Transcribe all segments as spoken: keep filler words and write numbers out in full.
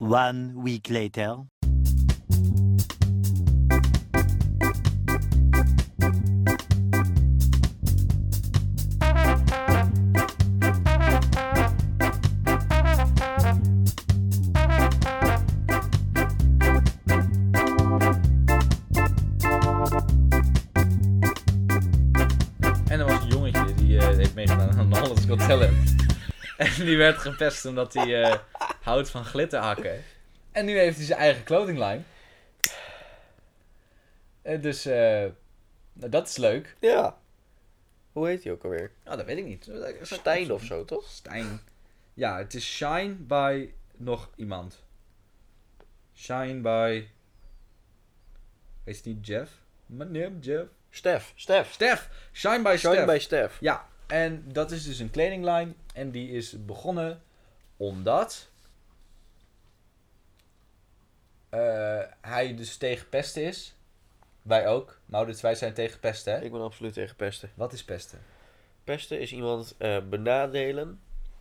One week later. En er was een jongetje die uh, heeft meegedaan aan Holland's Got Talent. En die werd gepest omdat hij uh, houdt van glitterhakken. En nu heeft hij zijn eigen clothingline. En dus, uh, nou, dat is leuk. Ja. Hoe heet hij ook alweer? Nou, dat weet ik niet. Stijn of zo, toch? Stijn. Ja, het is Shine by nog iemand. Shine by... Weet je niet Jeff? Meneer Jeff? Stef. Stef. Stef! Shine by Shine Stef. bij Stef. Ja, en dat is dus een kledinglijn. En die is begonnen omdat... Uh, hij dus tegen pesten is. Wij ook. Maurits, wij zijn tegen pesten, hè? Ik ben absoluut tegen pesten. Wat is pesten? Pesten is iemand uh, benadelen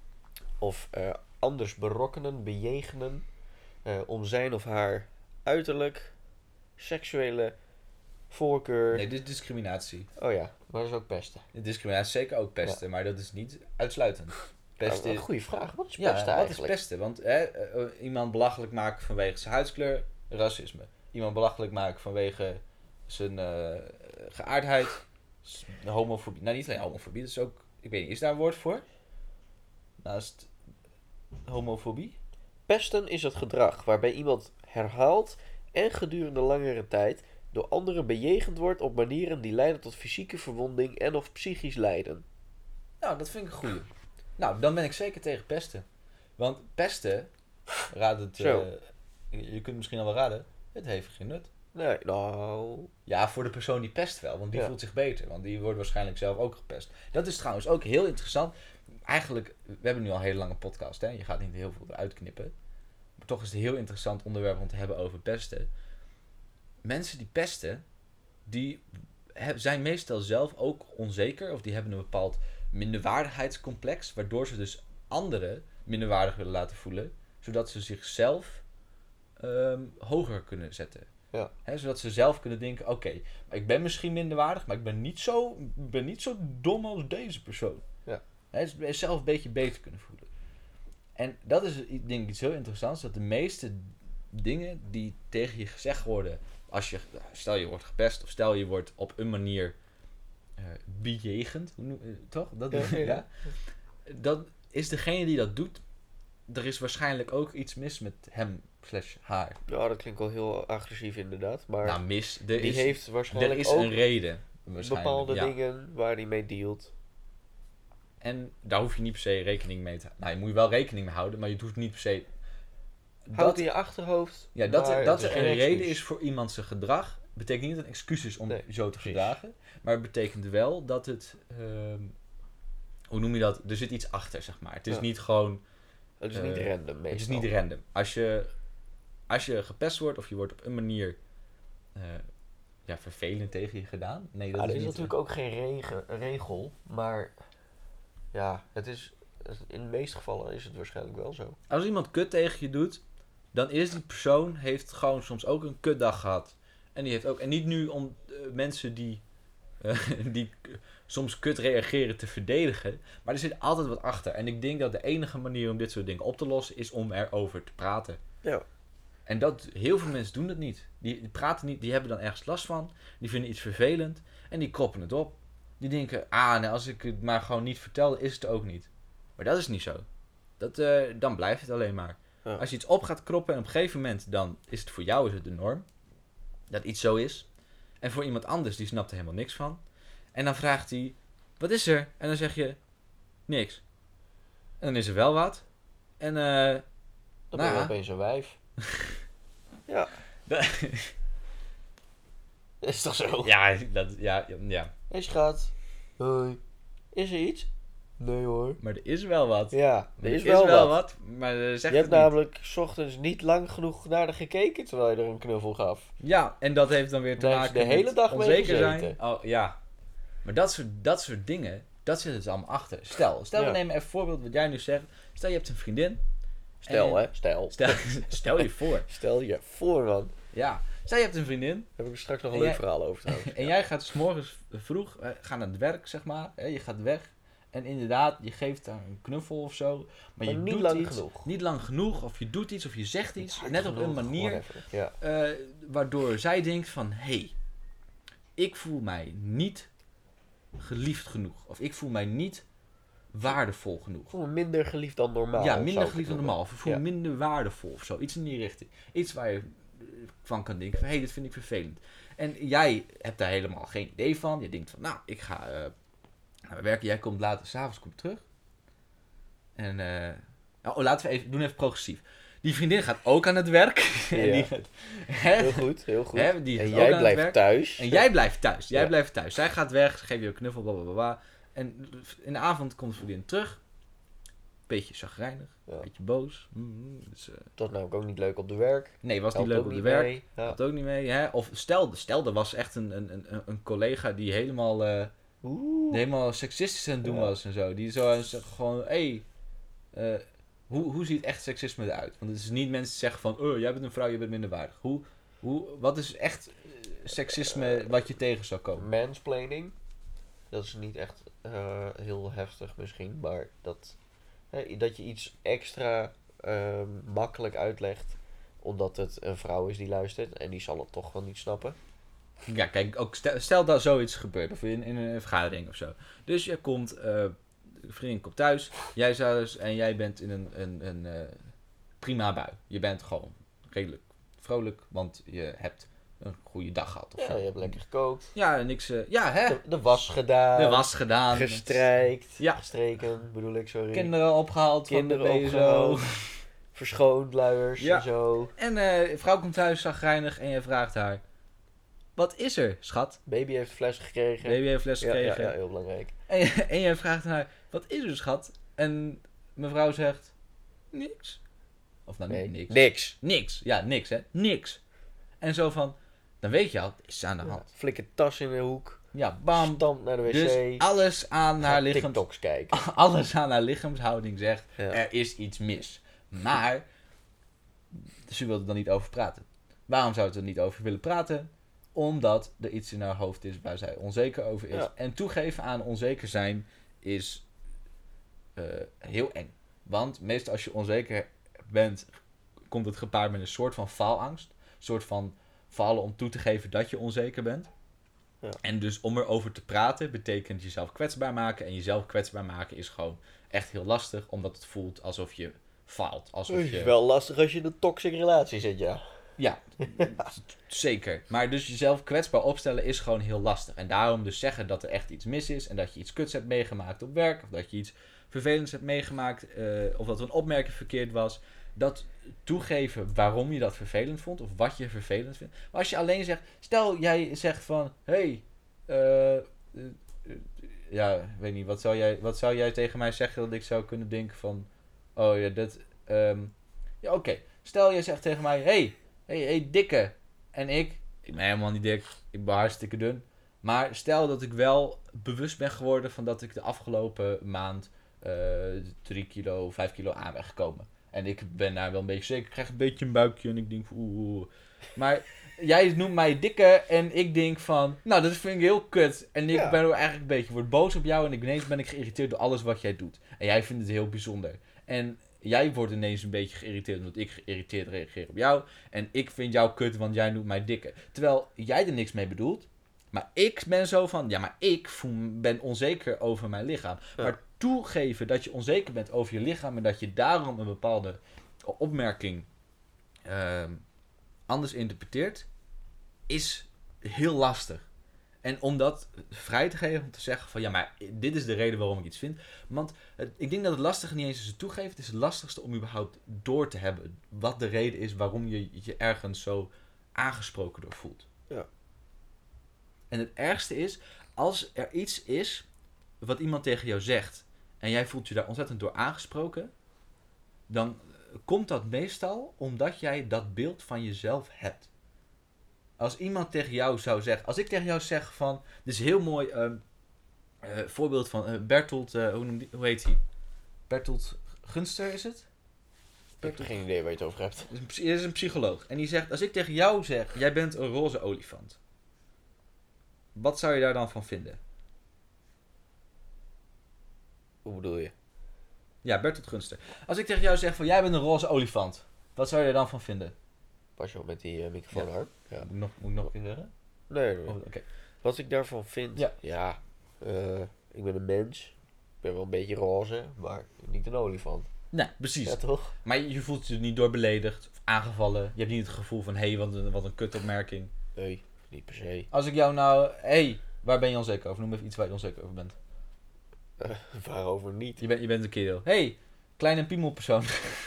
of uh, anders berokkenen, bejegenen uh, om zijn of haar uiterlijk, seksuele voorkeur. Nee, dit is discriminatie. Oh ja, maar dat is ook pesten. Discriminatie is zeker ook pesten, ja. Maar dat is niet uitsluitend. Pesten ja, een goede vraag. Wat is ja, pesten wat eigenlijk? is pesten? Want hè, iemand belachelijk maken vanwege zijn huidskleur, racisme. Iemand belachelijk maken vanwege zijn uh, geaardheid, homofobie. Nou, niet alleen homofobie, dat is ook... Ik weet niet, is daar een woord voor? Naast homofobie? Pesten is het gedrag waarbij iemand herhaald en gedurende langere tijd door anderen bejegend wordt op manieren die leiden tot fysieke verwonding en of psychisch lijden. Nou, dat vind ik een goeie. Nou, dan ben ik zeker tegen pesten. Want pesten, raad het... Uh, je kunt misschien al wel raden, het heeft geen nut. Nee, nou... Ja, voor de persoon die pest wel, want die ja. voelt zich beter. Want die wordt waarschijnlijk zelf ook gepest. Dat is trouwens ook heel interessant. Eigenlijk, we hebben nu al een hele lange podcast, hè. Je gaat niet heel veel eruit knippen. Maar toch is het een heel interessant onderwerp om te hebben over pesten. Mensen die pesten, die zijn meestal zelf ook onzeker. Of die hebben een bepaald minderwaardigheidscomplex. Waardoor ze dus anderen minderwaardig willen laten voelen. Zodat ze zichzelf um, hoger kunnen zetten. Ja. He, zodat ze zelf kunnen denken, oké, okay, ik ben misschien minderwaardig, maar ik ben niet zo, ben niet zo dom als deze persoon. Ja. He, dus zelf een beetje beter kunnen voelen. En dat is denk ik iets heel interessants, dat de meeste dingen die tegen je gezegd worden, als je, stel je wordt gepest of stel je wordt op een manier uh, bejegend, hoe noem, uh, toch? Dat, ja, ja. Ja. Dat is degene die dat doet, er is waarschijnlijk ook iets mis met hem slash haar. Ja, dat klinkt wel heel agressief inderdaad. Maar nou, mis. Er die is, heeft waarschijnlijk er is ook een reden. Bepaalde ja. dingen waar hij mee dealt. En daar hoef je niet per se rekening mee te houden. Nou, je moet je wel rekening mee houden, maar je hoeft niet per se... Houd in je achterhoofd. Ja, dat, er, dat er een reden is voor iemand zijn gedrag, betekent niet dat het een excuus is om nee, zo te gedragen. Maar het betekent wel dat het... Um, hoe noem je dat? Er zit iets achter, zeg maar. Het is ja. niet gewoon... Het is uh, niet random meestal. Het is niet random. Als je, als je gepest wordt of je wordt op een manier uh, ja, vervelend tegen je gedaan. Nee, dat ja, is, er is niet natuurlijk ook geen rege, regel. Maar ja, het is, in de meeste gevallen is het waarschijnlijk wel zo. Als iemand kut tegen je doet, dan is die persoon heeft gewoon soms ook een kutdag gehad. En die heeft ook, en niet nu om uh, mensen die, uh, die soms kut reageren te verdedigen. Maar er zit altijd wat achter. En ik denk dat de enige manier om dit soort dingen op te lossen is om erover te praten. Ja. En dat, heel veel mensen doen dat niet. Die, die praten niet, die hebben dan ergens last van. Die vinden iets vervelend. En die kroppen het op. Die denken, ah, nee, als ik het maar gewoon niet vertel, is het ook niet. Maar dat is niet zo. Dat, uh, dan blijft het alleen maar. Ja. Als je iets op gaat kroppen en op een gegeven moment, dan is het voor jou is het de norm. Dat iets zo is. En voor iemand anders, die snapt er helemaal niks van. En dan vraagt hij, wat is er? En dan zeg je, niks. En dan is er wel wat. En eh... Uh, dan ben je nou, opeens een wijf. Ja. Dat is toch zo? Ja, dat, ja, ja. Hé schat. Hoi. Is er iets? Nee hoor. Maar er is wel wat. Ja, er, er is, is wel, wel wat. wat. Maar uh, zeg je hebt het namelijk 's ochtends niet lang genoeg naar haar gekeken terwijl je er een knuffel gaf. Ja, en dat heeft dan weer te Daar maken de hele met dag onzeker mee zijn. Oh, ja. Maar dat soort, dat soort dingen, dat zit dus allemaal achter. Stel, stel ja. we nemen even een voorbeeld wat jij nu zegt. Stel je hebt een vriendin Stel, En- hè? Stel. Stel, stel je voor. Stel je voor, man. Ja, stel je hebt een vriendin. Daar heb ik er straks nog een En leuk jij- verhaal over trouwens. En Ja. jij gaat 's morgens vroeg, eh, gaan naar het werk, zeg maar. Hè, je gaat weg. En inderdaad, je geeft haar een knuffel of zo. Maar, je Maar niet doet lang iets, genoeg. Niet lang genoeg. Of je doet iets, of je zegt iets. Hard Net op genoeg, een manier whatever. Ja. eh, waardoor zij denkt van... Hé, hey, ik voel mij niet geliefd genoeg. Of ik voel mij niet waardevol genoeg. Ik voel me minder geliefd dan normaal. Ja, zou minder ik geliefd het dan normaal. noemen. Of ik voel Ja. me minder waardevol of zo. Iets in die richting. Iets waar je eh, van kan denken van... Hé, hey, dit vind ik vervelend. En jij hebt daar helemaal geen idee van. Je denkt van... Nou, ik ga eh, naar werken. Jij komt later. S'avonds kom je terug. En... eh, oh, laten we even... Doen even progressief. Die vriendin gaat ook aan het werk. en Ja. die gaat, hè, Heel goed, heel goed. Hè, die en is ook jij aan het blijft werk. thuis. En jij blijft thuis. Jij Ja. blijft thuis. Zij gaat weg. Ze geeft je een knuffel. Blablabla. En in de avond komt de vriendin terug. Beetje chagrijnig. Ja. Beetje boos. Mm, dus, eh, Dat is namelijk ook niet leuk op de werk. nee, was niet Helpt leuk ook op de niet werk. mee. Ja. Had ook niet mee. Hè? Of stel, stel, er was echt een, een, een, een collega die helemaal, eh, Oeh. die helemaal seksistisch aan het doen Ja. was en zo. Die zo zeggen gewoon, hé, hey, eh, hoe, hoe ziet echt seksisme eruit? Want het is niet mensen zeggen van, oh, jij bent een vrouw, je bent minder waardig. Hoe, hoe, wat is echt eh, seksisme wat je tegen zou komen? Mansplaining. Dat is niet echt eh, heel heftig misschien, maar dat, hè, dat je iets extra ehm, makkelijk uitlegt, omdat het een vrouw is die luistert en die zal het toch wel niet snappen. Ja, kijk, ook stel, stel dat zoiets gebeurt, of in, in een vergadering of zo. Dus je komt, eh, de vriendin komt thuis, jij zou dus, en jij bent in een, een, een eh, prima bui. Je bent gewoon redelijk vrolijk, want je hebt een goede dag gehad. Of Ja, zo. je hebt lekker gekookt, Ja, niks, eh, ja hè, de, de was gedaan, de was gedaan. gestrijkt, Ja. gestreken bedoel ik, sorry. Kinderen opgehaald Kinderen van de B S O. opgehaald. Verschoond, luiers Ja. en zo. En eh vrouw komt thuis, zagrijnig, en je vraagt haar, wat is er, schat? Baby heeft fles gekregen. Baby heeft les ja, ja, gekregen. ja, heel belangrijk. En, je, en je vraagt haar, wat is er, schat? En mevrouw zegt, niks. Of nou, Nee, niet niks. niks. Niks. Ja, niks, hè. Niks. En zo van, dan weet je al, het is aan de Ja, hand. flikker tas in de hoek. Ja, bam. Stand naar de wc. Dus alles aan haar Gaat lichaam, TikToks kijken. alles aan haar lichaamshouding zegt, Ja. er is iets mis. Maar, ze wil er dan niet over praten. Waarom zou ze er niet over willen praten? Omdat er iets in haar hoofd is waar zij onzeker over is. Ja. En toegeven aan onzeker zijn is eh, heel eng. Want meestal als je onzeker bent, komt het gepaard met een soort van faalangst. Een soort van falen om toe te geven dat je onzeker bent. Ja. En dus om erover te praten betekent jezelf kwetsbaar maken. En jezelf kwetsbaar maken is gewoon echt heel lastig. Omdat het voelt alsof je faalt. Alsof Het is je... wel lastig als je in een toxic relatie zit, ja. Ja, zeker. Maar dus jezelf kwetsbaar opstellen is gewoon heel lastig. En daarom dus zeggen dat er echt iets mis is. En dat je iets kuts hebt meegemaakt op werk. Of dat je iets vervelends hebt meegemaakt. eh, of dat er een opmerking verkeerd was. Dat toegeven waarom je dat vervelend vond. Of wat je vervelend vindt. Maar als je alleen zegt. Stel jij zegt van. Hé. Hey, uh, ja, ik weet niet. Wat zou, jij, wat zou jij tegen mij zeggen dat ik zou kunnen denken van. Oh ja, dat... Um, ja, oké. Okay. Stel jij zegt tegen mij. Hey, hey, hey, dikke. En ik. Ik ben helemaal niet dik. Ik ben hartstikke dun. Maar stel dat ik wel bewust ben geworden van dat ik de afgelopen maand uh, drie kilo, vijf kilo aan ben gekomen. En ik ben daar wel een beetje zeker. Ik krijg een beetje een buikje en ik denk van oeh. Maar jij noemt mij dikke en ik denk van, nou dat vind ik heel kut. En ik Ja. ben er eigenlijk een beetje, word boos op jou en ineens ben ik geïrriteerd door alles wat jij doet. En jij vindt het heel bijzonder. En jij wordt ineens een beetje geïrriteerd omdat ik geïrriteerd reageer op jou. En ik vind jou kut, want jij noemt mij dikke. Terwijl jij er niks mee bedoelt. Maar ik ben zo van, ja, maar ik voel, ben onzeker over mijn lichaam. Ja. Maar toegeven dat je onzeker bent over je lichaam en dat je daarom een bepaalde opmerking uh, anders interpreteert, is heel lastig. En om dat vrij te geven, om te zeggen van ja, maar dit is de reden waarom ik iets vind. Want het, ik denk dat het lastige niet eens is het toegeven. Het is het lastigste om überhaupt door te hebben wat de reden is waarom je je ergens zo aangesproken door voelt. Ja. En het ergste is, als er iets is wat iemand tegen jou zegt en jij voelt je daar ontzettend door aangesproken, dan komt dat meestal omdat jij dat beeld van jezelf hebt. Als iemand tegen jou zou zeggen, als ik tegen jou zeg van, dit is heel mooi uh, uh, voorbeeld van uh, Bertolt, uh, hoe, noem die, hoe heet hij? Bertolt Gunster is het? Ik heb geen idee waar je het over hebt. Dit is een, psy- dit is een psycholoog. En die zegt, als ik tegen jou zeg, jij bent een roze olifant. Wat zou je daar dan van vinden? Hoe bedoel je? Ja, Bertolt Gunster. Als ik tegen jou zeg van, jij bent een roze olifant. Wat zou je er dan van vinden? Pas je op met die uh, microfoonarm? Ja. Moet ik nog, moet ik nog een keer zeggen? Nee, nee. Oh, Oké. Wat ik daarvan vind? Ja. Ja, uh, ik ben een mens. Ik ben wel een beetje roze, maar niet een olifant. Nee, precies. Ja, toch? Maar je voelt je er niet door beledigd of aangevallen. Je hebt niet het gevoel van, hé, hey, wat een, wat een kutopmerking. Nee, niet per se. Als ik jou nou, hé, hey, waar ben je onzeker over? Noem even iets waar je onzeker over bent. Uh, waarover niet? Je, bent je bent een kerel. Hé, hey, kleine piemelpersoon.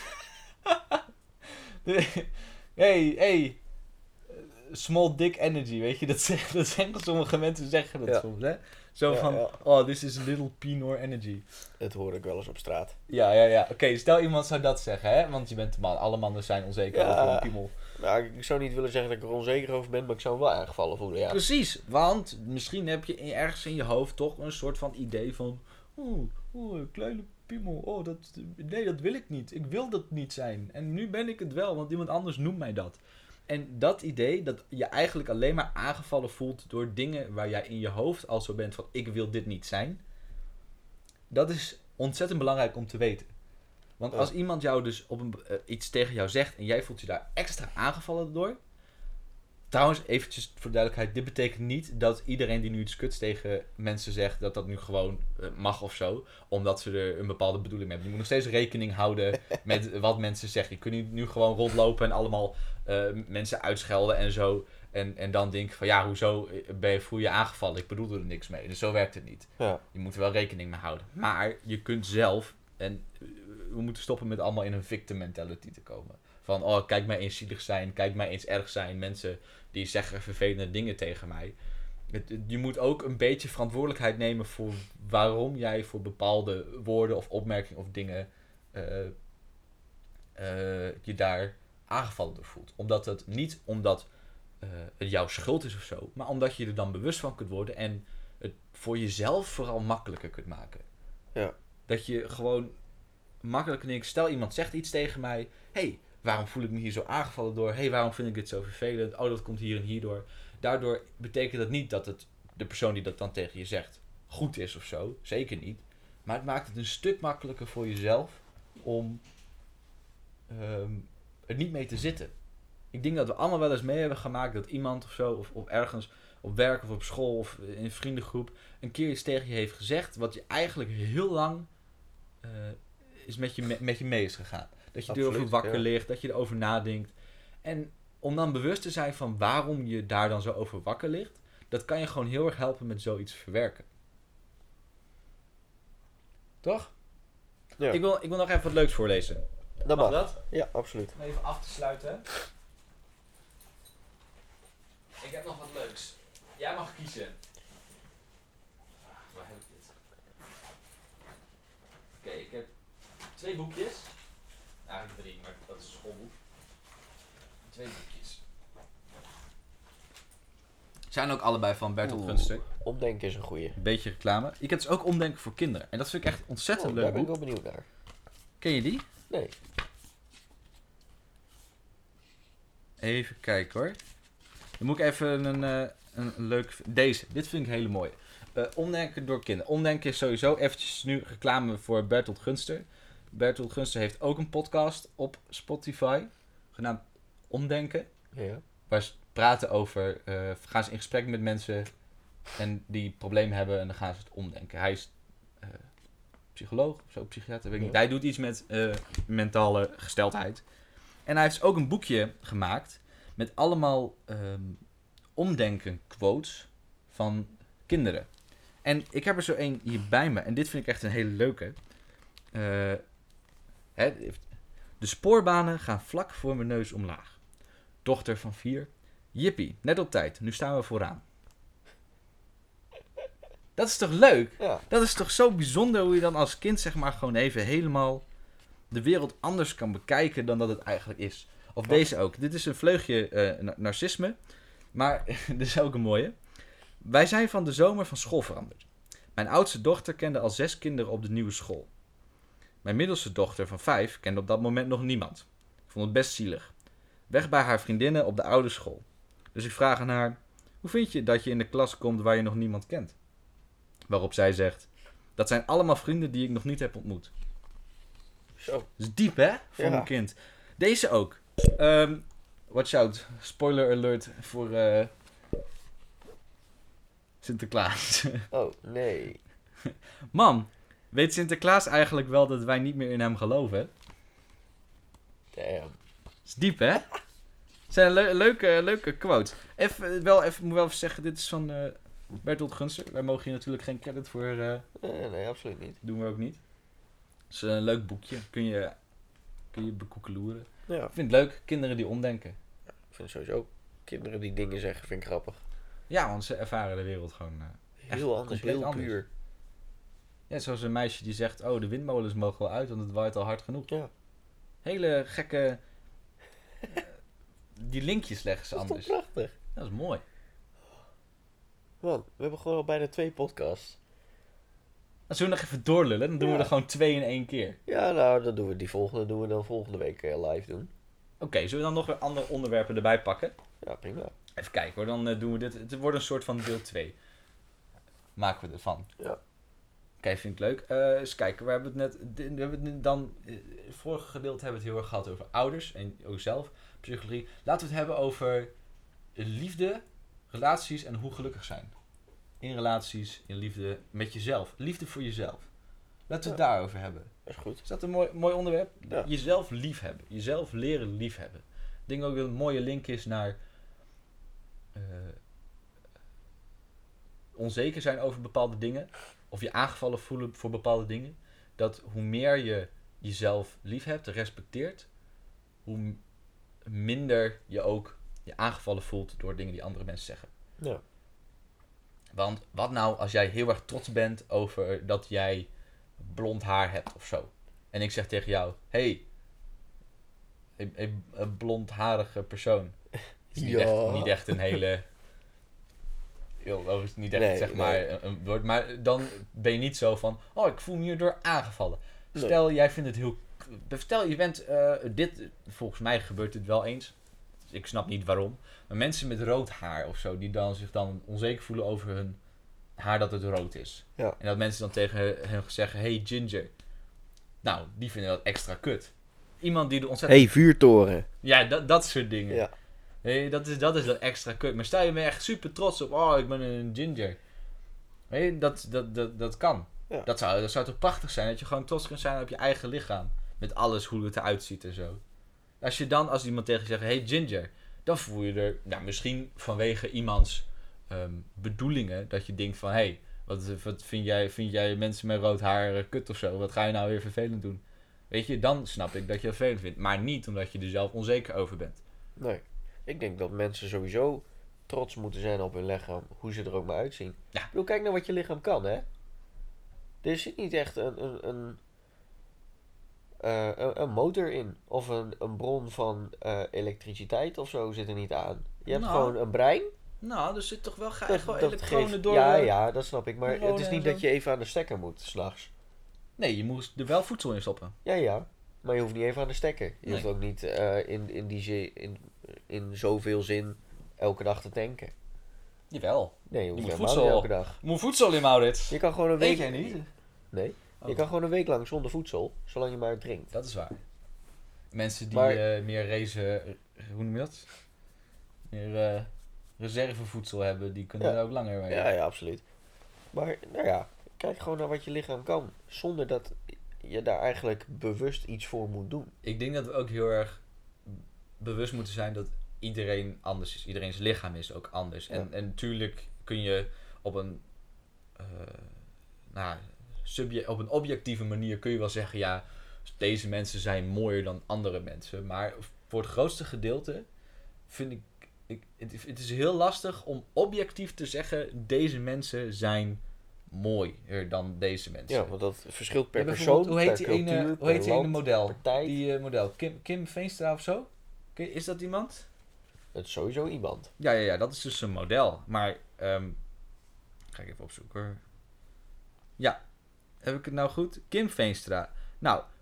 hey, hey. Small dick energy, weet je. Dat zeggen, dat zeggen sommige mensen zeggen dat Ja. soms, hè. Zo Ja, van, ja. oh, this is a little penor energy. Dat hoor ik wel eens op straat. Ja, ja, ja. Oké, stel iemand zou dat zeggen, hè. Want je bent een man. Alle mannen zijn onzeker Ja. over hun piemel. Nou, ik zou niet willen zeggen dat ik er onzeker over ben, maar ik zou me wel aangevallen voelen, ja. Precies, want misschien heb je in- ergens in je hoofd toch een soort van idee van... Oeh, oeh, een kleine piemel. Oh, dat, nee, dat wil ik niet. Ik wil dat niet zijn. En nu ben ik het wel, want iemand anders noemt mij dat. En dat idee, dat je eigenlijk alleen maar aangevallen voelt door dingen waar jij in je hoofd al zo bent van... Ik wil dit niet zijn. Dat is ontzettend belangrijk om te weten. Want Ja. als iemand jou dus op een, uh, iets tegen jou zegt en jij voelt je daar extra aangevallen door... Trouwens, eventjes voor de duidelijkheid, dit betekent niet dat iedereen die nu iets kuts tegen mensen zegt, dat dat nu gewoon uh, mag of zo. Omdat ze er een bepaalde bedoeling mee hebben. Je moet nog steeds rekening houden met wat mensen zeggen. Je kunt niet nu gewoon rondlopen en allemaal uh, mensen uitschelden en zo. En, en dan denken van ja, hoezo ben je, voel je aangevallen? Ik bedoelde er niks mee. Dus zo werkt het niet. Ja. Je moet er wel rekening mee houden. Maar je kunt zelf, en we moeten stoppen met allemaal in een victim mentality te komen. Van, oh, kijk mij eens zielig zijn, kijk mij eens erg zijn. Mensen die zeggen vervelende dingen tegen mij. Het, het- je moet ook een beetje verantwoordelijkheid nemen voor waarom jij voor bepaalde woorden of opmerkingen of dingen eh, eh, je daar aangevallen door voelt. Omdat het niet omdat eh, het jouw schuld is of zo, maar omdat je er dan bewust van kunt worden en het voor jezelf vooral makkelijker kunt maken. Ja. Dat je gewoon makkelijker denkt, stel iemand zegt iets tegen mij, hey, waarom voel ik me hier zo aangevallen door? Hey, waarom vind ik dit zo vervelend? Oh, dat komt hier en hierdoor. Daardoor betekent dat niet dat het de persoon die dat dan tegen je zegt goed is of zo. Zeker niet. Maar het maakt het een stuk makkelijker voor jezelf om ehm, er niet mee te zitten. Ik denk dat we allemaal wel eens mee hebben gemaakt dat iemand of zo, of, of ergens op werk of op school of in een vriendengroep, een keer iets tegen je heeft gezegd wat je eigenlijk heel lang eh, is met je, me- met je mee is gegaan. Dat je Absoluut, erover wakker ja. ligt, dat je erover nadenkt. En om dan bewust te zijn van waarom je daar dan zo over wakker ligt, dat kan je gewoon heel erg helpen met zoiets verwerken. Toch? Ja. Ik, wil, ik wil nog even wat leuks voorlezen. Dat Mag mag. dat? Ja, absoluut. Om even af te sluiten. Ik heb nog wat leuks. Jij mag kiezen. Ah, waar heb ik dit? Oké, ik heb twee boekjes. Eigenlijk drie, maar dat is een schoolboek. Twee boekjes. Zijn ook allebei van Bertolt Oeh. Gunster. Omdenken is een goeie. Een beetje reclame. Ik heb dus ook Omdenken voor kinderen. En dat vind ik echt ontzettend Oh, leuk daar ben ik boek. wel benieuwd naar. Ken je die? Nee. Even kijken hoor. Dan moet ik even een, eh, een, een leuk... Deze. Dit vind ik een hele mooie. Eh, omdenken door kinderen. Omdenken is sowieso eventjes nu reclame voor Bertolt Gunster. Bertolt Gunster heeft ook een podcast op Spotify. Genaamd Omdenken. Ja. Waar ze praten over... eh, gaan ze in gesprek met mensen en die problemen hebben en dan gaan ze het omdenken. Hij is eh, psycholoog of zo, psychiater, weet ik niet. Ja. Hij doet iets met eh, mentale gesteldheid. En hij heeft ook een boekje gemaakt met allemaal ehm, omdenken quotes van kinderen. En ik heb er zo één hier bij me en dit vind ik echt een hele leuke. Eh, hè, de spoorbanen gaan vlak voor mijn neus omlaag. Dochter van vier. Jippie, net op tijd. Nu staan we vooraan. Dat is toch leuk? Ja. Dat is toch zo bijzonder hoe je dan als kind zeg maar gewoon even helemaal de wereld anders kan bekijken dan dat het eigenlijk is. Of deze ook. Dit is een vleugje eh, na- narcisme. Maar dit is ook een mooie. Wij zijn van de zomer van school veranderd. Mijn oudste dochter kende al zes kinderen op de nieuwe school. Mijn middelste dochter van vijf kende op dat moment nog niemand. Ik vond het best zielig. Weg bij haar vriendinnen op de oude school. Dus ik vraag aan haar, hoe vind je dat je in de klas komt waar je nog niemand kent? Waarop zij zegt, dat zijn allemaal vrienden die ik nog niet heb ontmoet. Zo. Dat is diep, hè? Voor Ja. een kind. Deze ook. Um, watch out. Spoiler alert voor uh, Sinterklaas. Oh, nee. Mam, weet Sinterklaas eigenlijk wel dat wij niet meer in hem geloven? Damn. Dat is diep, hè? Het zijn le- leuke, leuke quotes. Even, wel, even, moet wel even zeggen, dit is van uh, Bertolt Gunster. Wij mogen hier natuurlijk geen credit voor. Uh, Nee, nee, absoluut niet. doen we ook niet. Het is een leuk boekje. Kun je, kun je bekoekeloeren. Ja, Ik vind het leuk. Kinderen die omdenken. ik vind sowieso kinderen die dingen zeggen, vind ik grappig. Ja, want ze ervaren de wereld gewoon... Uh, Echt Heel anders, compleet heel anders. puur. ja, zoals een meisje die zegt... Oh, de windmolens mogen wel uit, want het waait al hard genoeg. Ja. Hele gekke... uh, die linkjes leggen ze Dat is toch anders. prachtig? Dat is mooi. Man, we hebben gewoon al bijna twee podcasts. Als we nog even doorlullen, dan doen Ja. we er gewoon twee in één keer. Ja, nou, dan doen we die volgende, doen we dan volgende week eh, live doen. Oké, okay, zullen we dan nog weer andere onderwerpen erbij pakken? Ja, prima. Even kijken hoor, dan uh, doen we dit. Het wordt een soort van deel twee. Maken we ervan. Ja. Oké, okay, vind ik leuk. Uh, eens kijken, we hebben het net... We hebben het nu dan... Uh, het vorige gedeelte hebben we het heel erg gehad over ouders en ook zelf, psychologie. Laten we het hebben over liefde, relaties en hoe gelukkig zijn. In relaties, in liefde, met jezelf. Liefde voor jezelf. Laten we het Ja. daarover hebben. Dat is goed. Is dat een mooi, mooi onderwerp? Ja. Jezelf liefhebben. Jezelf leren liefhebben. Ik denk ook dat een mooie link is naar... Uh, onzeker zijn over bepaalde dingen. Of je aangevallen voelen voor bepaalde dingen. Dat hoe meer je jezelf liefhebt, respecteert... hoe m- minder je ook je aangevallen voelt door dingen die andere mensen zeggen. Ja. Want wat nou als jij heel erg trots bent over dat jij blond haar hebt of zo. En ik zeg tegen jou, hey, een, een, een blondharige persoon. Is niet, Ja. echt, niet echt een hele... Yo, dat is niet echt, Nee, zeg nee. maar, een, een woord. Maar dan ben je niet zo van, oh, ik voel me hierdoor aangevallen. Nee. Stel, jij vindt het heel... Stel, je bent... Uh, dit, volgens mij gebeurt dit wel eens. Ik snap niet waarom. Maar mensen met rood haar of zo, die dan zich dan onzeker voelen over hun haar dat het rood is. Ja. En dat mensen dan tegen hen zeggen, hey Ginger. Nou, die vinden dat extra kut. Iemand die er ontzettend... Hey, vuurtoren. Ja, dat, dat soort dingen. Ja. Hey, dat, is, dat is dan extra kut. Maar stel je me echt super trots op, oh, ik ben een Ginger. Hey, dat, dat, dat, dat kan. Ja. Dat, zou, dat zou toch prachtig zijn, dat je gewoon trots kunt zijn op je eigen lichaam. Met alles, hoe het eruit ziet en zo. Als je dan, als iemand tegen je zegt, hey Ginger, dan voel je er, nou, misschien vanwege iemands um, bedoelingen, dat je denkt van, hé, hey, wat, wat vind, jij, vind jij mensen met rood haar uh, kut of zo? Wat ga je nou weer vervelend doen? Weet je, dan snap ik dat je dat vervelend vindt. Maar niet omdat je er zelf onzeker over bent. Nee. Ik denk dat mensen sowieso trots moeten zijn op hun lichaam, hoe ze er ook maar uitzien. Ja. Ik bedoel, kijk naar wat je lichaam kan, hè. Er zit niet echt een, een, een, uh, een, een motor in. Of een, een bron van uh, elektriciteit of zo zit er niet aan. Je hebt Nou. gewoon een brein. Nou, er zit toch wel ga, Dat, echt wel dat elektronen geeft, door... ja, uh, ja, dat snap ik. Maar het is neuronen en niet zo. dat je even aan de stekker moet, s'nachts. Nee, je moest er wel voedsel in stoppen. Ja, ja. Maar je hoeft niet even aan de stekker. Je Nee. hoeft ook niet uh, in, in, die zin, in, in zoveel zin elke dag te tanken. Jawel. Nee, je hoeft moet helemaal niet voedsel- elke dag. Je moet voedsel in, Maurits. Je kan gewoon een Weet week... jij niet? Nee. Oh. Je kan gewoon een week lang zonder voedsel, zolang je maar drinkt. Dat is waar. Mensen die Maar- eh, meer race, hoe noem je dat? Meer eh, reservevoedsel hebben, die kunnen Ja. er ook langer mee. Ja, ja, absoluut. Maar, nou ja, kijk gewoon naar wat je lichaam kan. Zonder dat je daar eigenlijk bewust iets voor moet doen. Ik denk dat we ook heel erg bewust moeten zijn dat iedereen anders is. Iedereen's lichaam is ook anders. En, Ja. en natuurlijk kun je op een, uh, nou, subje- op een objectieve manier kun je wel zeggen, ja, deze mensen zijn mooier dan andere mensen. Maar voor het grootste gedeelte vind ik, ik het, het is heel lastig om objectief te zeggen, deze mensen zijn mooier dan deze mensen. Ja, want dat verschilt per Ja, persoon, bijvoorbeeld, hoe heet per die ene, cultuur, hoe per heet die ene land, model? per tijd. Die eh, model, Kim, Kim Veenstra of zo? Oké, is dat iemand? Het is sowieso iemand. Ja, ja, ja, dat is dus een model. Maar, ehm ga ik even opzoeken hoor. Ja, heb ik het nou goed? Kim Veenstra. Nou,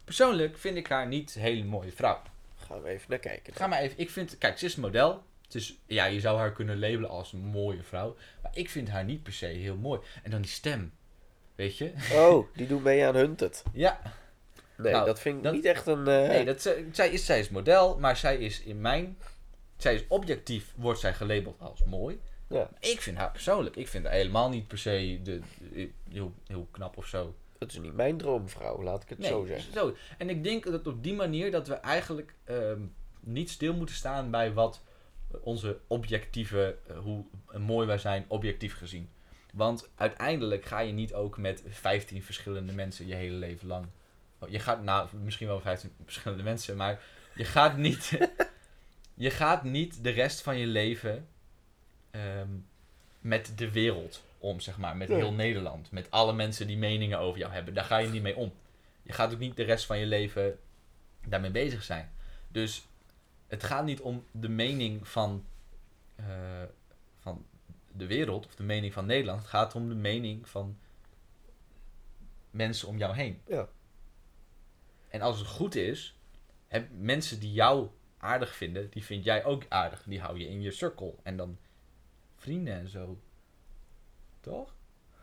Persoonlijk vind ik haar niet een hele mooie vrouw. Gaan we even naar kijken. Ga maar even, ik vind, kijk, ze is een model. Het is, ja, je zou haar kunnen labelen als een mooie vrouw. Maar ik vind haar niet per se heel mooi. En dan die stem. Weet je? Oh, die doet mee aan Hunted. Ja. Nee, Nou, dat vind ik dat- niet echt een... eh, Nee, dat, zij, zij is, zij is model, maar zij is in mijn... Zij is objectief, wordt zij gelabeld als mooi. Ja. Ik vind haar persoonlijk, ik vind haar helemaal niet per se de, de- heel, heel knap of zo. Het is niet mijn droomvrouw, laat ik het Nee, zo zeggen. zo. En ik denk dat op die manier dat we eigenlijk ehm, niet stil moeten staan bij wat onze objectieve, eh, hoe mooi wij zijn, objectief gezien. Want uiteindelijk ga je niet ook met vijftien verschillende mensen je hele leven lang. Oh, je gaat, nou, misschien wel vijftien verschillende mensen, maar je gaat niet, je gaat niet de rest van je leven ehm, met de wereld om, zeg maar. Met Nee. heel Nederland. Met alle mensen die meningen over jou hebben. Daar ga je niet mee om. Je gaat ook niet de rest van je leven daarmee bezig zijn. Dus het gaat niet om de mening van, eh, van de wereld of de mening van Nederland. Het gaat om de mening van mensen om jou heen. Ja. En als het goed is, heb mensen die jou aardig vinden, die vind jij ook aardig. Die hou je in je cirkel. En dan vrienden en zo. Toch?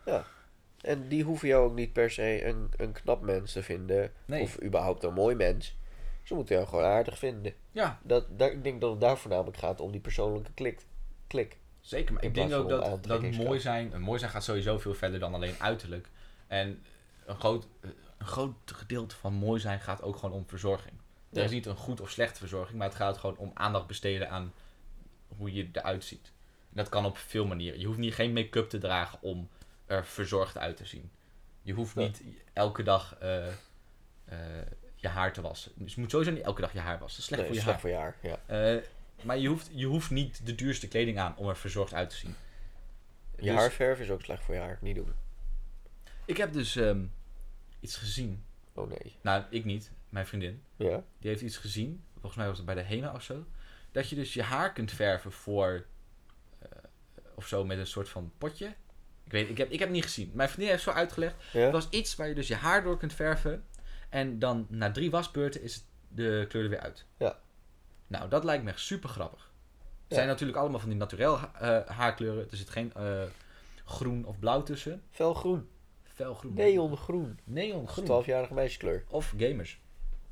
En die hoeven jou ook niet per se een, een knap mens te vinden. Nee. Of überhaupt een mooi mens. Ze moeten jou gewoon aardig vinden. Ja, Dat, daar, ik denk dat het daar voornamelijk gaat om die persoonlijke klik. klik. zeker. Maar In ik denk plaats ook van dat, een dat aantrekkingskracht. mooi zijn... Een mooi zijn gaat sowieso veel verder dan alleen uiterlijk. En een groot, een groot gedeelte van mooi zijn gaat ook gewoon om verzorging. Er Ja. is niet een goed of slechte verzorging, maar het gaat gewoon om aandacht besteden aan hoe je eruit ziet. En dat kan op veel manieren. Je hoeft niet geen make-up te dragen om er verzorgd uit te zien. Je hoeft Ja. niet elke dag eh, eh, je haar te wassen. Dus je moet sowieso niet elke dag je haar wassen. Dat is slecht Nee, voor je slecht haar. voor je haar, ja. Eh, maar je hoeft, je hoeft niet de duurste kleding aan om er verzorgd uit te zien. Je Dus haarverf is ook slecht voor je haar. Niet doen. ik heb dus ehm, iets gezien. Oh nee. Nou, ik niet. Mijn vriendin. Ja? Die heeft iets gezien. Volgens mij was het bij de HEMA of zo. Dat je dus je haar kunt verven voor... eh, of zo met een soort van potje. Ik weet, ik heb, ik heb het niet gezien. Mijn vriendin heeft zo uitgelegd. Ja? Het was iets waar je dus je haar door kunt verven. En dan na drie wasbeurten is de kleur er weer uit. Ja. Nou, dat lijkt me echt super grappig. Het Ja. zijn natuurlijk allemaal van die naturel ha- eh, haarkleuren. Er zit geen eh, groen of blauw tussen. Felgroen. Felgroen. Neongroen. Neongroen. twaalfjarige meisjeskleur. Of gamers.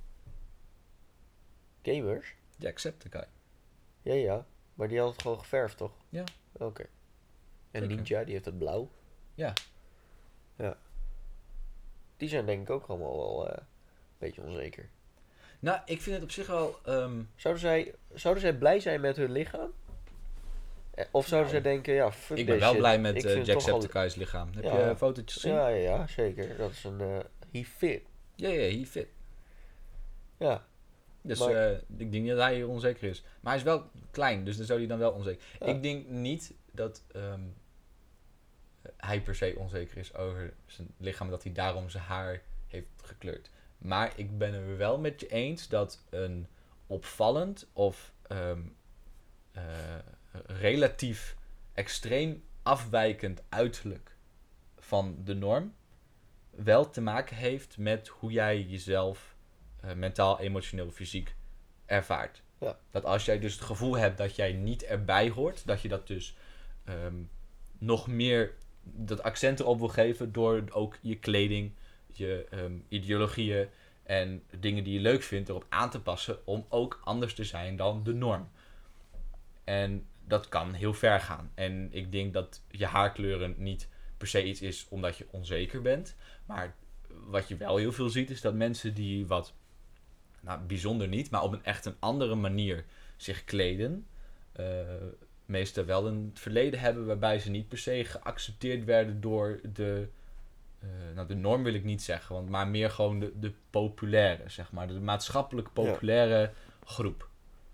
Gamers? Jacksepticeye. Ja, ja. Maar die had het gewoon geverfd, toch? Ja. Oké. En Zeker. Ninja, die heeft het blauw. Ja. Ja. Die zijn denk ik ook allemaal wel eh, een beetje onzeker. Nou, ik vind het op zich wel... ehm, Zouden zij, zouden zij blij zijn met hun lichaam? Eh, Of zouden Nou, zij denken, ja, fuck ik ben this wel shit. blij met Ik uh, vind het toch al- Jacksepticeye's lichaam. Heb Ja. je fotootjes gezien? Ja, ja, ja, zeker. Dat is een... eh he fit. Ja, ja, hij fit. Ja. Dus Maar- eh, ik denk niet dat hij onzeker is. Maar hij is wel klein, dus dan zou hij dan wel onzeker. Ja. Ik denk niet dat ehm, hij per se onzeker is over zijn lichaam, dat hij daarom zijn haar heeft gekleurd. Maar ik ben er wel met je eens dat een opvallend of ehm, eh, relatief extreem afwijkend uiterlijk van de norm wel te maken heeft met hoe jij jezelf eh, mentaal, emotioneel, fysiek ervaart. Ja. Dat als jij dus het gevoel hebt dat jij niet erbij hoort, dat je dat dus ehm, nog meer dat accent erop wil geven door ook je kleding, je ehm, ideologieën en dingen die je leuk vindt erop aan te passen om ook anders te zijn dan de norm. En dat kan heel ver gaan. En ik denk dat je haarkleuren niet per se iets is omdat je onzeker bent. Maar wat je wel heel veel ziet is dat mensen die wat, nou bijzonder niet, maar op een echt een andere manier zich kleden. Uh, meestal wel een verleden hebben waarbij ze niet per se geaccepteerd werden door de, uh, nou de norm wil ik niet zeggen, want maar meer gewoon de, de populaire, zeg maar. De maatschappelijk populaire ja. groep.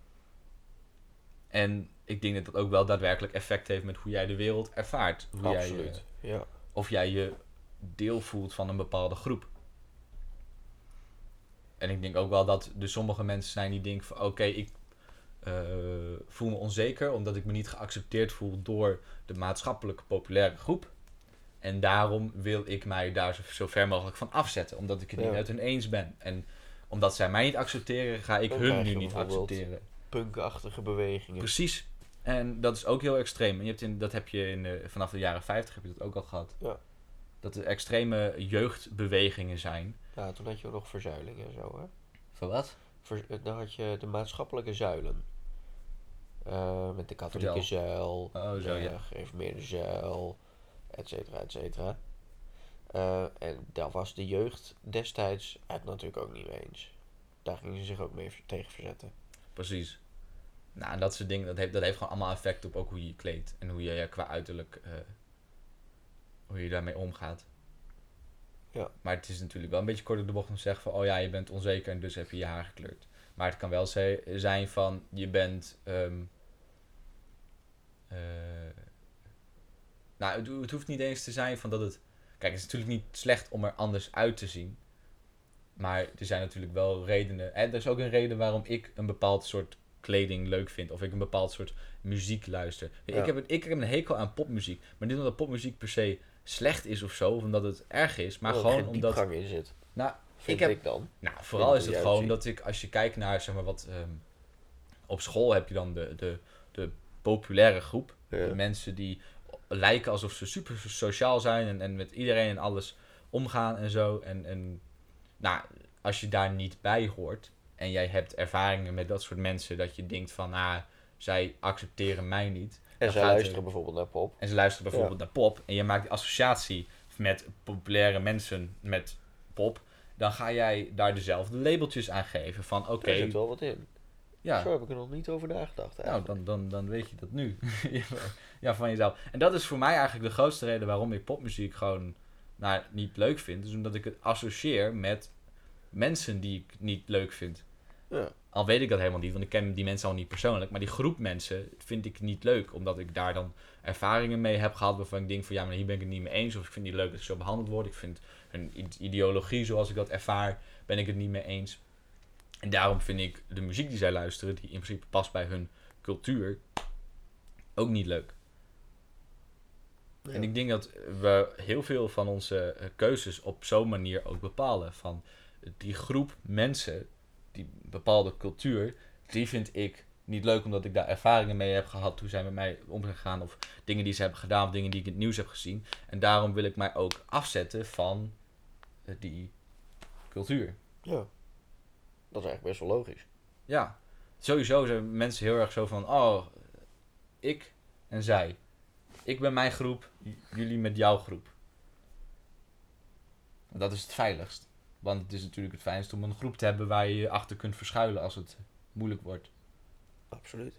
En ik denk dat dat ook wel daadwerkelijk effect heeft met hoe jij de wereld ervaart. Hoe Absoluut, jij, ja. Of jij je deel voelt van een bepaalde groep. En ik denk ook wel dat er sommige mensen zijn die denken van oké, okay, ik uh, voel me onzeker omdat ik me niet geaccepteerd voel door de maatschappelijk populaire groep. En daarom wil ik mij daar zo, zo ver mogelijk van afzetten, omdat ik het niet ja. met hen eens ben. En omdat zij mij niet accepteren, ga ik Dan hun krijg nu je niet bijvoorbeeld accepteren. Punkachtige bewegingen. Precies. En dat is ook heel extreem. En je hebt in, dat heb je in de, vanaf de jaren vijftig heb je dat ook al gehad. Ja. Dat er extreme jeugdbewegingen zijn. Ja, toen had je ook nog verzuilingen en zo, hè. Voor wat? Ver, dan had je de maatschappelijke zuilen. Uh, met de katholieke Vertel. zuil, Oh, zo, de ja. gereformeerde zuil, et cetera, et cetera. Uh, en daar was de jeugd destijds het natuurlijk ook niet mee eens. Daar gingen ze zich ook mee tegen verzetten. Precies. Nou, en dat soort dingen, dat heeft, dat heeft gewoon allemaal effect op ook hoe je je kleedt. En hoe je ja, qua uiterlijk, uh, hoe je daarmee omgaat. Ja. Maar het is natuurlijk wel een beetje kort op de bocht om te zeggen van, oh ja, je bent onzeker en dus heb je je haar gekleurd. Maar het kan wel ze- zijn van, je bent... Um, uh, nou, het, het hoeft niet eens te zijn van dat het... Kijk, het is natuurlijk niet slecht om er anders uit te zien. Maar er zijn natuurlijk wel redenen. En er is ook een reden waarom ik een bepaald soort kleding leuk vind. Of ik een bepaald soort muziek luister. Ja. Ik, heb een, ik heb een hekel aan popmuziek. Maar niet omdat popmuziek per se slecht is of zo. Of omdat het erg is. Maar er gewoon geen omdat... diepgang in zit. Nou, Vind ik heb... ik dan. Nou, vooral is het jij gewoon ziet. dat ik... Als je kijkt naar, zeg maar, wat... Um, op school heb je dan de, de, de populaire groep. Ja. De mensen die lijken alsof ze super sociaal zijn. En, en met iedereen en alles omgaan en zo. En, en nou, als je daar niet bij hoort... En jij hebt ervaringen met dat soort mensen... Dat je denkt van, ah, zij accepteren mij niet. En Dan ze gaat luisteren er- bijvoorbeeld naar pop. En ze luisteren bijvoorbeeld Ja. naar pop. En je maakt die associatie met populaire mensen met pop. Dan ga jij daar dezelfde labeltjes aan geven. Van oké, Er zit wel wat in. ja, Zo heb ik er nog niet over nagedacht. nou eigenlijk. dan, dan, dan weet je dat nu. Ja, van jezelf. En dat is voor mij eigenlijk de grootste reden waarom ik popmuziek gewoon nou, niet leuk vind. Dus omdat ik het associeer met mensen die ik niet leuk vind. Ja. Al weet ik dat helemaal niet, want ik ken die mensen al niet persoonlijk. Maar die groep mensen vind ik niet leuk. Omdat ik daar dan ervaringen mee heb gehad waarvan ik denk van ja, maar hier ben ik het niet mee eens. Of ik vind het niet leuk dat ik zo behandeld word. Ik vind hun i- ideologie zoals ik dat ervaar, ben ik het niet mee eens. En daarom vind ik de muziek die zij luisteren, die in principe past bij hun cultuur, ook niet leuk. Ja. En ik denk dat we heel veel van onze eh, keuzes op zo'n manier ook bepalen. Van die groep mensen, die bepaalde cultuur, die vind ik niet leuk omdat ik daar ervaringen mee heb gehad toen zij met mij omgegaan. Of dingen die ze hebben gedaan of dingen die ik in het nieuws heb gezien. En daarom wil ik mij ook afzetten van eh, die cultuur. Ja. Dat is eigenlijk best wel logisch. Ja, sowieso zijn mensen heel erg zo van, oh, ik en zij. Ik ben mijn groep, j- jullie met jouw groep. Dat is het veiligst. Want het is natuurlijk het fijnst om een groep te hebben waar je je achter kunt verschuilen als het moeilijk wordt. Absoluut.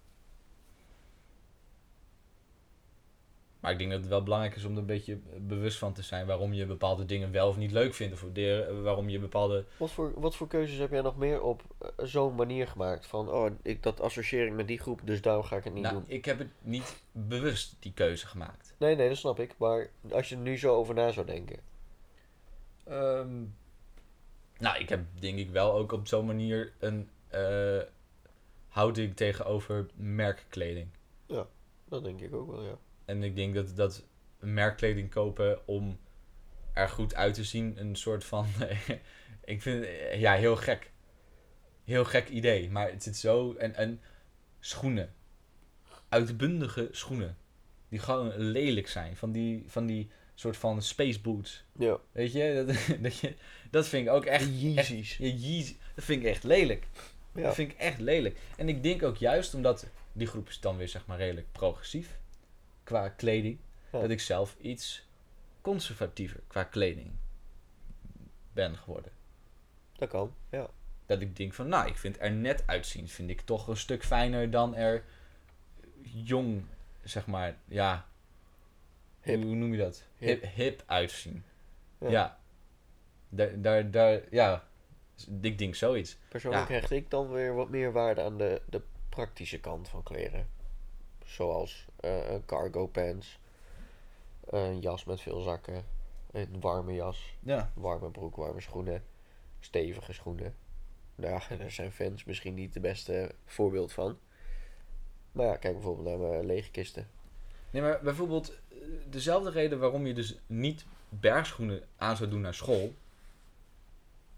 Maar ik denk dat het wel belangrijk is om er een beetje bewust van te zijn waarom je bepaalde dingen wel of niet leuk vindt. Of de- waarom je bepaalde... Wat voor, wat voor keuzes heb jij nog meer op eh, zo'n manier gemaakt? Van, oh, ik, dat associeer ik met die groep, dus daarom ga ik het niet Nou, doen. ik heb het niet bewust die keuze gemaakt. Nee, nee, dat snap ik. Maar als je er nu zo over na zou denken. Ehm, nou, ik heb denk ik wel ook op zo'n manier een eh, houding tegenover merkkleding. Dat denk ik ook wel, ja. En ik denk dat, dat merkkleding kopen om er goed uit te zien een soort van... ik vind het ja, heel gek. Heel gek idee. Maar het zit zo... En, en schoenen. Uitbundige schoenen. Die gewoon lelijk zijn. Van die, van die soort van space boots. Ja. Weet je? Dat, dat, je, dat vind ik ook echt... De Yeezys. Ja, Yeezy, dat vind ik echt lelijk. Ja. Dat vind ik echt lelijk. En ik denk ook juist omdat die groep is dan weer zeg maar redelijk progressief qua kleding, Ja. dat ik zelf iets conservatiever qua kleding ben geworden. Dat kan, ja. Dat ik denk van, nou, ik vind er net uitzien, vind ik toch een stuk fijner dan er jong, zeg maar, ja, Hip. hoe noem je dat? Hip. Hip, hip uitzien. Ja. Ja. Daar, daar, daar, ja, ik denk zoiets. Persoonlijk Ja. hecht ik dan weer wat meer waarde aan de, de praktische kant van kleren. Zoals eh, een cargo pants, een jas met veel zakken, een warme jas, Ja. warme broek, warme schoenen, stevige schoenen. Nou ja, daar zijn fans misschien niet de beste voorbeeld van. Maar ja, kijk bijvoorbeeld naar mijn lege kisten. Nee, maar bijvoorbeeld eh, dezelfde reden waarom je dus niet bergschoenen aan zou doen naar school,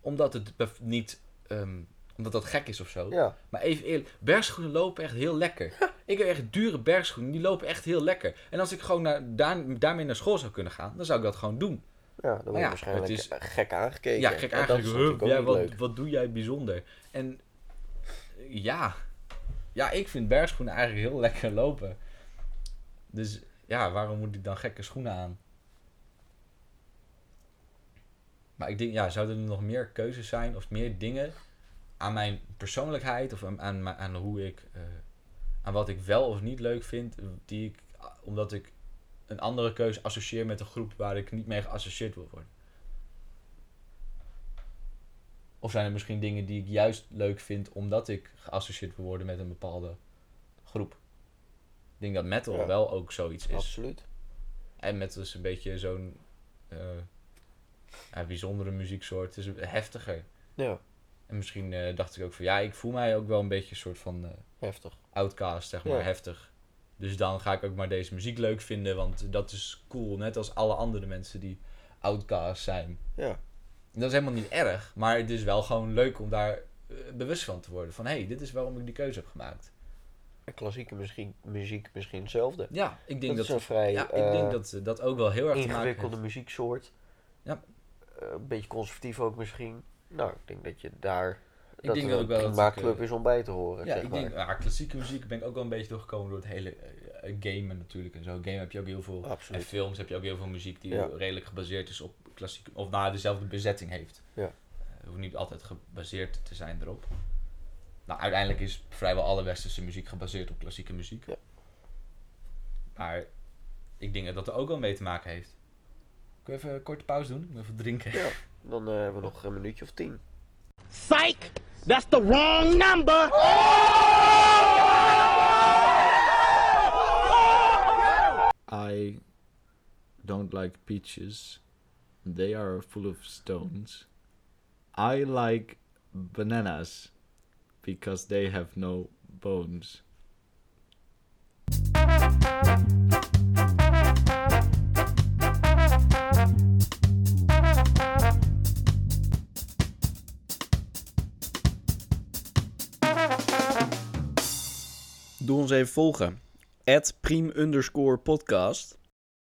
omdat het bef- niet... Um, omdat dat gek is of zo. Ja. Maar even eerlijk, bergschoenen lopen echt heel lekker. Ik heb echt dure bergschoenen, die lopen echt heel lekker. En als ik gewoon naar, daar, daarmee naar school zou kunnen gaan, dan zou ik dat gewoon doen. Ja, dan word je ja, waarschijnlijk het is- gek aangekeken. Ja, gek En dat eigenlijk. is Hup, natuurlijk ook jij, niet wat, leuk. wat doe jij bijzonder? En ja, ja, ik vind bergschoenen eigenlijk heel lekker lopen. Dus ja, waarom moet ik dan gekke schoenen aan? Maar ik denk, ja, zouden er nog meer keuzes zijn of meer dingen aan mijn persoonlijkheid of aan, aan, aan hoe ik, uh, aan wat ik wel of niet leuk vind, die ik, omdat ik een andere keuze associeer met een groep waar ik niet mee geassocieerd wil worden? Of zijn er misschien dingen die ik juist leuk vind omdat ik geassocieerd wil worden met een bepaalde groep? Ik denk dat metal Ja. wel ook zoiets is. Absoluut. En metal is een beetje zo'n uh, ja, bijzondere muzieksoort. Het is heftiger. Ja, En misschien uh, dacht ik ook van ja, ik voel mij ook wel een beetje een soort van uh, heftig. outcast, zeg maar, Ja. heftig. Dus dan ga ik ook maar deze muziek leuk vinden, want dat is cool. Net als alle andere mensen die outcast zijn. Ja. Dat is helemaal niet erg, maar het is wel gewoon leuk om daar uh, bewust van te worden. Van hé, hey, dit is waarom ik die keuze heb gemaakt. En klassieke misschien, muziek misschien hetzelfde. Ja, ik denk Dat dat, is een vrij ja, ik denk uh, dat dat ook wel heel erg te maken ingewikkelde heeft. muzieksoort. Ja. Uh, een beetje conservatief ook misschien. Nou, ik denk dat je daar... Ik dat denk er ook wel een dat prima ik, uh, club is om bij te horen, Ja, zeg ik maar. denk, ja, klassieke muziek ben ik ook wel een beetje doorgekomen door het hele uh, gamen natuurlijk en zo. Game heb je ook heel veel, Absoluut. en films heb je ook heel veel muziek die Ja. redelijk gebaseerd is op klassieke, of nou dezelfde bezetting heeft. Ja. Uh, hoeft niet altijd gebaseerd te zijn erop. Nou, uiteindelijk is vrijwel alle westerse muziek gebaseerd op klassieke muziek. Ja. Maar ik denk dat dat er ook wel mee te maken heeft. Kun je even een korte pauze doen? Ik moet even drinken. Ja, dan uh, hebben we nog een minuutje of tien. Psych! That's the wrong number! I don't like peaches. They are full of stones. I like bananas because they have no bones. Doe ons even volgen. at priem underscore podcast.